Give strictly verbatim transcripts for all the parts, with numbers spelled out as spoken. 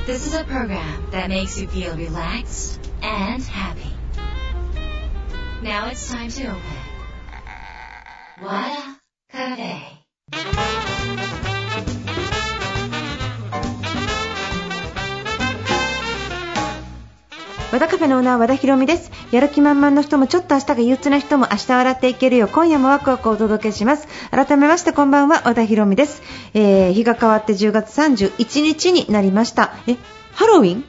This is a program that makes you feel relaxed and happy. Now it's time to open Wada Cafe. 和田カフェのオーナー和田博美です。やる気満々の人もちょっと明日が憂鬱な人も明日笑っていけるよ。今夜もワクワクお届けします。改めましてこんばんは、和田博美です。えー、日が変わってじゅうがつさんじゅういちにちになりました。え、ハロウィン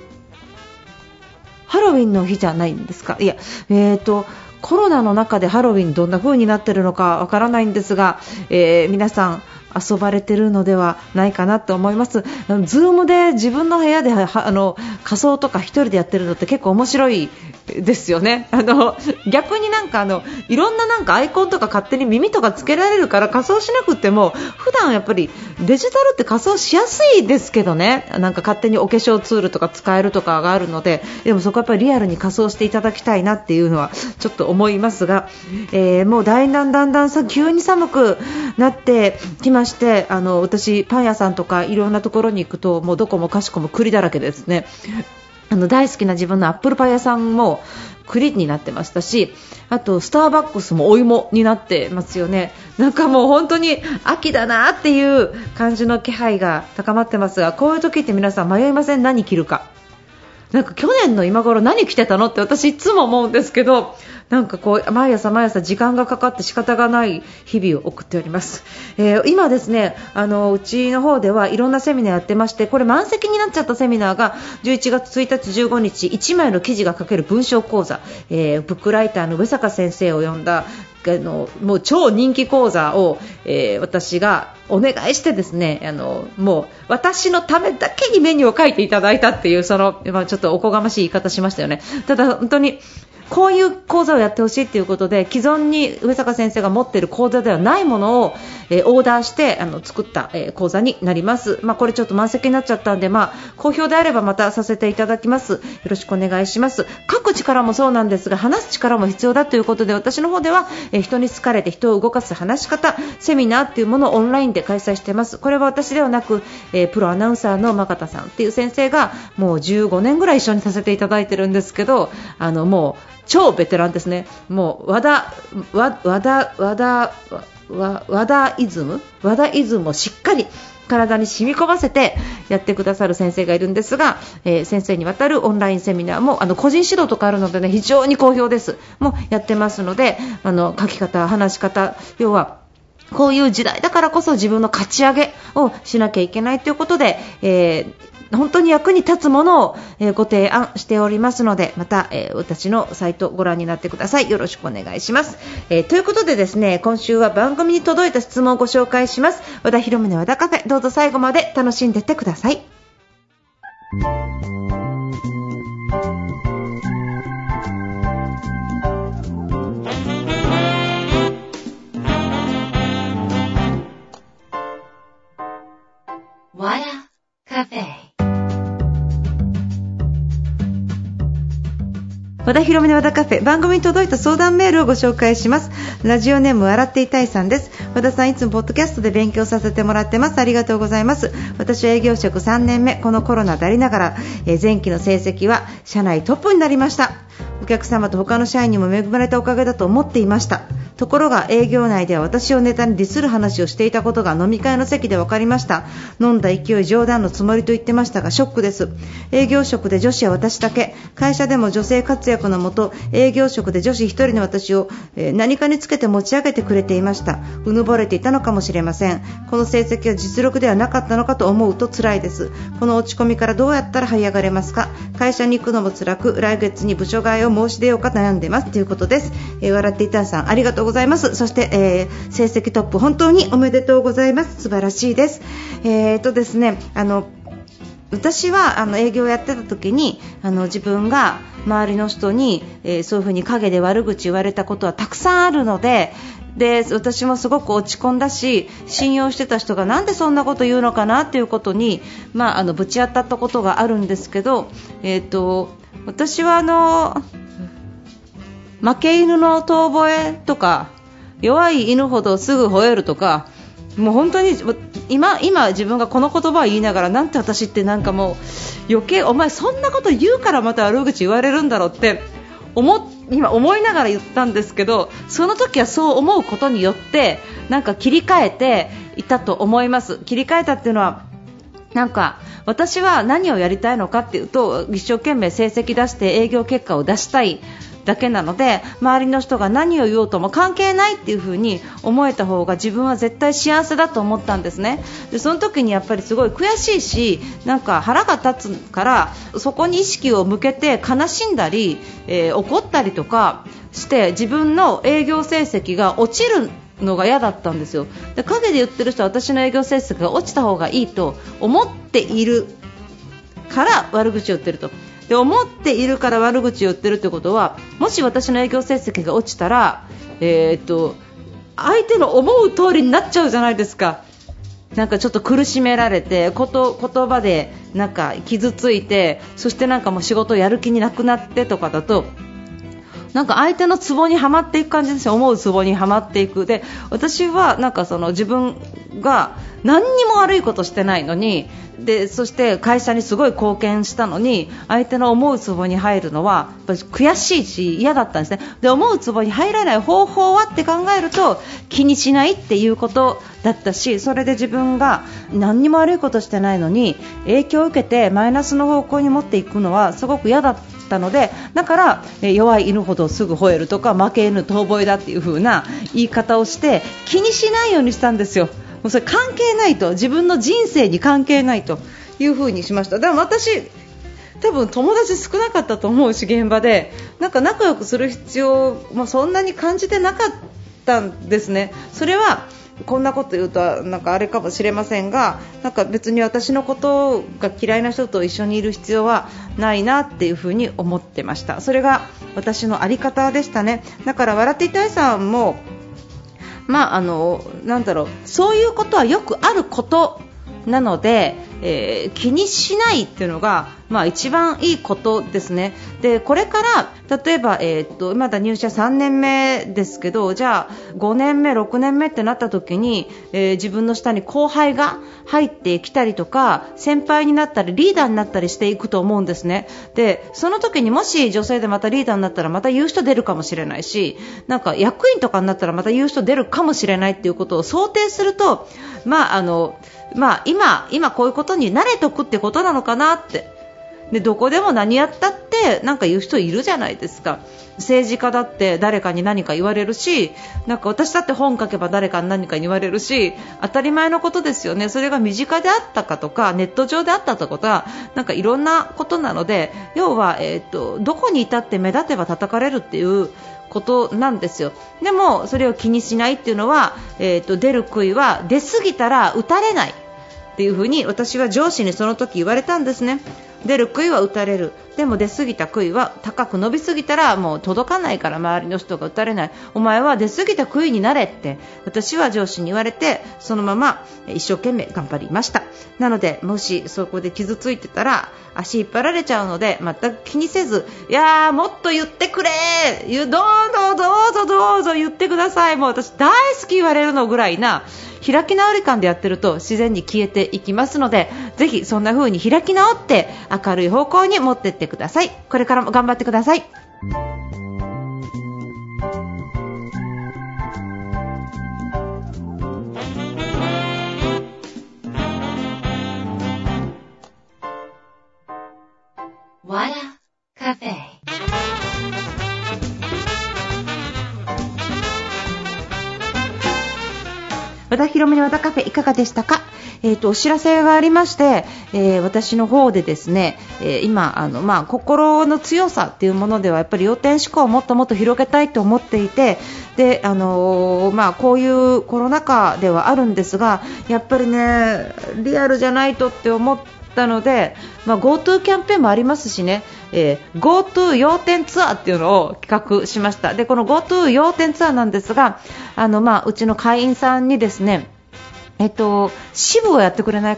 ハロウィンの日じゃないんですか？いや、えーとコロナの中でハロウィンどんな風になってるのかわからないんですが、えー、皆さん遊ばれてるのではないかなと思います。ズームで自分の部屋であの仮装とか一人でやってるのって結構面白いですよね。あの逆になんかあのいろんななんかアイコンとか勝手に耳とかつけられるから仮装しなくても普段やっぱりデジタルって仮装しやすいですけどね。なんか勝手にお化粧ツールとか使えるとかがあるので、でもそこはやっぱりリアルに仮装していただきたいなっていうのはちょっと思いますが、えー、もうだんだんだんだんさ急に寒くなってきまして、あの私パン屋さんとかいろんなところに行くともうどこもかしこも栗だらけですね。あの大好きな自分のアップルパン屋さんも栗になってましたし、あとスターバックスもお芋になってますよね。なんかもう本当に秋だなっていう感じの気配が高まってますが、こういう時って皆さん迷いません？何着るか。なんか去年の今頃何着てたのって私いつも思うんですけど、なんかこう毎朝毎朝時間がかかって仕方がない日々を送っております。えー、今ですね、あのうちの方ではいろんなセミナーやってまして、これ満席になっちゃったセミナーがじゅういちがつついたちじゅうごにちいちまいの記事が書ける文章講座、えー、ブックライターの上坂先生を呼んだあのもう超人気講座を、えー、私がお願いしてですね、あのもう私のためだけにメニューを書いていただいたっていう、その、まあ、ちょっとおこがましい言い方しましたよね。ただ本当にこういう講座をやってほしいということで、既存に上坂先生が持っている講座ではないものを、えー、オーダーしてあの作った、えー、講座になります。まあ、これちょっと満席になっちゃったんで、まあ、好評であればまたさせていただきます。よろしくお願いします。書く力もそうなんですが、話す力も必要だということで、私の方では、えー、人に好かれて人を動かす話し方セミナーっていうものをオンラインで開催しています。これは私ではなく、えー、プロアナウンサーの真方さんっていう先生がもうじゅうごねんぐらい一緒にさせていただいてるんですけど、あのもう超ベテランですね。もう和田和和田和田和和田イズム和田イズムをしっかり体に染み込ませてやってくださる先生がいるんですが、えー、先生にわたるオンラインセミナーもあの個人指導とかあるので、ね、非常に好評です。もうやってますので、あの書き方話し方、要はこういう時代だからこそ自分の勝ち上げをしなきゃいけないということで、えー本当に役に立つものを、えー、ご提案しておりますので、また、えー、私のサイトご覧になってください。よろしくお願いします。えー、ということでですね、今週は番組に届いた質問をご紹介します。和田博美の和田カフェ、どうぞ最後まで楽しんでってください。 和田カフェ。 和田博美の和田カフェ、番組に届いた相談メールをご紹介します。ラジオネーム笑っていたいさんです。和田さん、いつもポッドキャストで勉強させてもらってます。ありがとうございます。私は営業職さんねんめ、このコロナでありながら、えー、前期の成績は社内トップになりました。お客様と他の社員にも恵まれたおかげだと思っていました。ところが営業内では私をネタにディスる話をしていたことが飲み会の席で分かりました。飲んだ勢い冗談のつもりと言ってましたがショックです。営業職で女子は私だけ、会社でも女性活躍のもと営業職で女子一人の私を、えー、何かにつけて持ち上げてくれていました。うぬぼれていたのかもしれません。この成績は実力ではなかったのかと思うと辛いです。この落ち込みからどうやったら這い上がれますか？会社に行くのも辛く、来月に部署替えを申し出ようか悩んでますということです。えー、笑っていたさん、ありがとうございます。そして、えー、成績トップ本当におめでとうございます。素晴らしいです。えーとですね、あの私はあの営業をやってた時にあの自分が周りの人に、えー、そういう風に陰で悪口言われたことはたくさんあるので、で私もすごく落ち込んだし、信用してた人がなんでそんなこと言うのかなっていうことに、まあ、あのぶち当たったことがあるんですけど、えーと私はあの負け犬の遠吠えとか、弱い犬ほどすぐ吠えるとか、 もう本当に今、今自分がこの言葉を言いながらなんて私ってなんかもう余計お前そんなこと言うからまた悪口言われるんだろうって思今思いながら言ったんですけど、その時はそう思うことによってなんか切り替えていたと思います。切り替えたっていうのはなんか私は何をやりたいのかっていうと、一生懸命成績出して営業結果を出したいだけなので、周りの人が何を言おうとも関係ないっていう風に思えた方が自分は絶対幸せだと思ったんですね。でその時にやっぱりすごい悔しいし、なんか腹が立つからそこに意識を向けて悲しんだり、えー、怒ったりとかして自分の営業成績が落ちるのが嫌だったんですよ。で陰で言ってる人は私の営業成績が落ちた方がいいと思っているから悪口を言ってると。で思っているから悪口を言ってるってことは、もし私の営業成績が落ちたら、えー、っと相手の思う通りになっちゃうじゃないですか。なんかちょっと苦しめられてこと、言葉でなんか傷ついて、そしてなんかもう仕事やる気になくなってとかだと、なんか相手のツボにはまっていく感じですよ。思うツボにはまっていく。で私はなんかその自分が何にも悪いことしてないのに、でそして会社にすごい貢献したのに相手の思うツボに入るのはやっぱり悔しいし嫌だったんですね。で思うツボに入らない方法はって考えると気にしないっていうことだったし、それで自分が何にも悪いことしてないのに影響を受けてマイナスの方向に持っていくのはすごく嫌だったので、だから弱い犬ほどすぐ吠えるとか負け犬遠吠えだっていう風な言い方をして気にしないようにしたんですよ。もうそれ関係ないと、自分の人生に関係ないという風にしました。だから私多分友達少なかったと思うし、現場でなんか仲良くする必要もそんなに感じてなかったんですね。それはこんなこと言うとなんかあれかもしれませんが、なんか別に私のことが嫌いな人と一緒にいる必要はないなっていう風に思ってました。それが私の在り方でしたね。だから笑っていたいさんもまああのなんだろう、そういうことはよくあることなので、えー、気にしないっていうのが、まあ、一番いいことですね。でこれから例えば、えー、っとまだ入社さんねんめですけど、じゃあごねんめろくねんめってなった時に、えー、自分の下に後輩が入ってきたりとか先輩になったりリーダーになったりしていくと思うんですね。でその時にもし女性でまたリーダーになったらまた言う人出るかもしれないし、なんか役員とかになったらまた言う人出るかもしれないっていうことを想定すると、まああのまあ、今, 今こういうことに慣れておくってことなのかなって。でどこでも何やったってなんか言う人いるじゃないですか。政治家だって誰かに何か言われるし、なんか私だって本書けば誰かに何か言われるし、当たり前のことですよね。それが身近であったかとかネット上であったとか、なんかいろんなことなので、要は、えーと、どこにいたって目立てば叩かれるっていうことなんですよ。でもそれを気にしないっていうのは、えーと、出る杭は出過ぎたら打たれないっていうふうに私は上司にその時言われたんですね。出る杭は打たれる。でも出過ぎた杭は高く伸びすぎたらもう届かないから周りの人が打たれない。お前は出過ぎた杭になれって私は上司に言われて、そのまま一生懸命頑張りました。なのでもしそこで傷ついてたら足引っ張られちゃうので全く気にせず、いやーもっと言ってくれー、どうぞどうぞどうぞ言ってください、もう私大好き言われるのぐらいな開き直り感でやってると自然に消えていきますので、ぜひそんな風に開き直って明るい方向に持っていってください。これからも頑張ってください。 わらカフェ。 和田博美の和田カフェいかがでしたか。えーと、お知らせがありまして、えー、私の方でですね、えー、今あの、まあ、心の強さっていうものではやっぱり要点思考をもっともっと広げたいと思っていて、で、あのーまあ、こういうコロナ禍ではあるんですが、やっぱりねリアルじゃないとって思ったので、まあ、GoTo キャンペーンもありますしね、えー、GoTo 要点ツアーっていうのを企画しました。でこの GoTo 要点ツアーなんですが、あの、まあ、うちの会員さんにですね、えっと、支部をやってくれないかと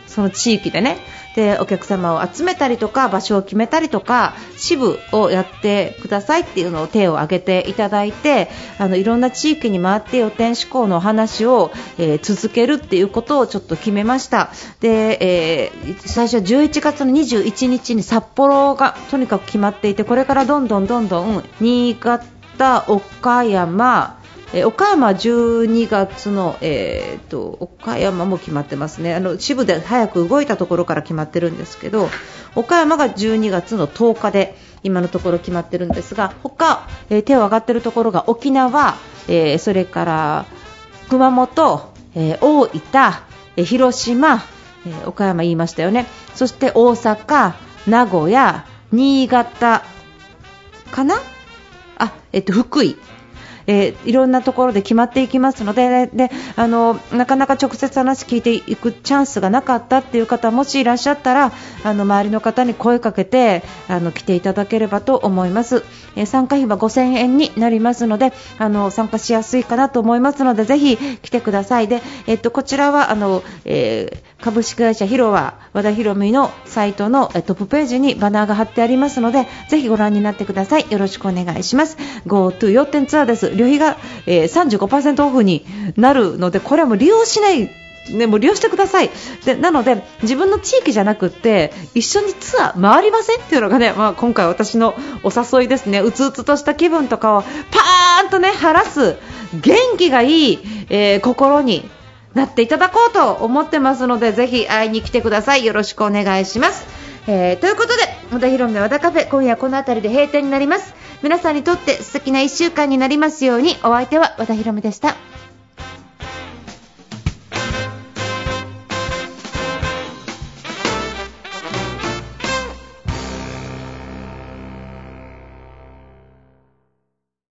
その地域でね、でお客様を集めたりとか場所を決めたりとか支部をやってくださいっていうのを手を挙げていただいて、あのいろんな地域に回って予定志向のお話を、えー、続けるっていうことをちょっと決めました。で、えー、最初はじゅういちがつのにじゅういちにちに札幌がとにかく決まっていて、これからどんどんどんどん新潟、岡山、えー、岡山はじゅうにがつの、えー、と岡山も決まってますね。あの支部で早く動いたところから決まってるんですけど、岡山がじゅうにがつのとおかで今のところ決まってるんですが、他、えー、手を挙がってるところが沖縄、えー、それから熊本、えー、大分、えー、広島、えー、岡山言いましたよね。そして大阪、名古屋、新潟かなあ、えっと福井、えー、いろんなところで決まっていきますので、であのなかなか直接話聞いていくチャンスがなかったっていう方もしいらっしゃったら、あの周りの方に声かけてあの来ていただければと思います。えー、参加費はごせんえんになりますので、あの参加しやすいかなと思いますので、ぜひ来てください。で、えっと、こちらはあの、えー、株式会社広和和田博美のサイトのトップページにバナーが貼ってありますので、ぜひご覧になってください。よろしくお願いします。 GoTo 要点ツアーです。旅費が、えー、さんじゅうごパーセント オフになるので、これはもう利用しない、ね、もう利用してください。でなので自分の地域じゃなくって一緒にツアー回りませんっていうのがね、まあ、今回私のお誘いですね。うつうつとした気分とかをパーンとね晴らす元気がいい、えー、心になっていただこうと思ってますので、ぜひ会いに来てください。よろしくお願いします。えー、ということで和田博美の和田カフェ、今夜この辺りで閉店になります。皆さんにとって素敵ないっしゅうかんになりますように。お相手は和田博美でした。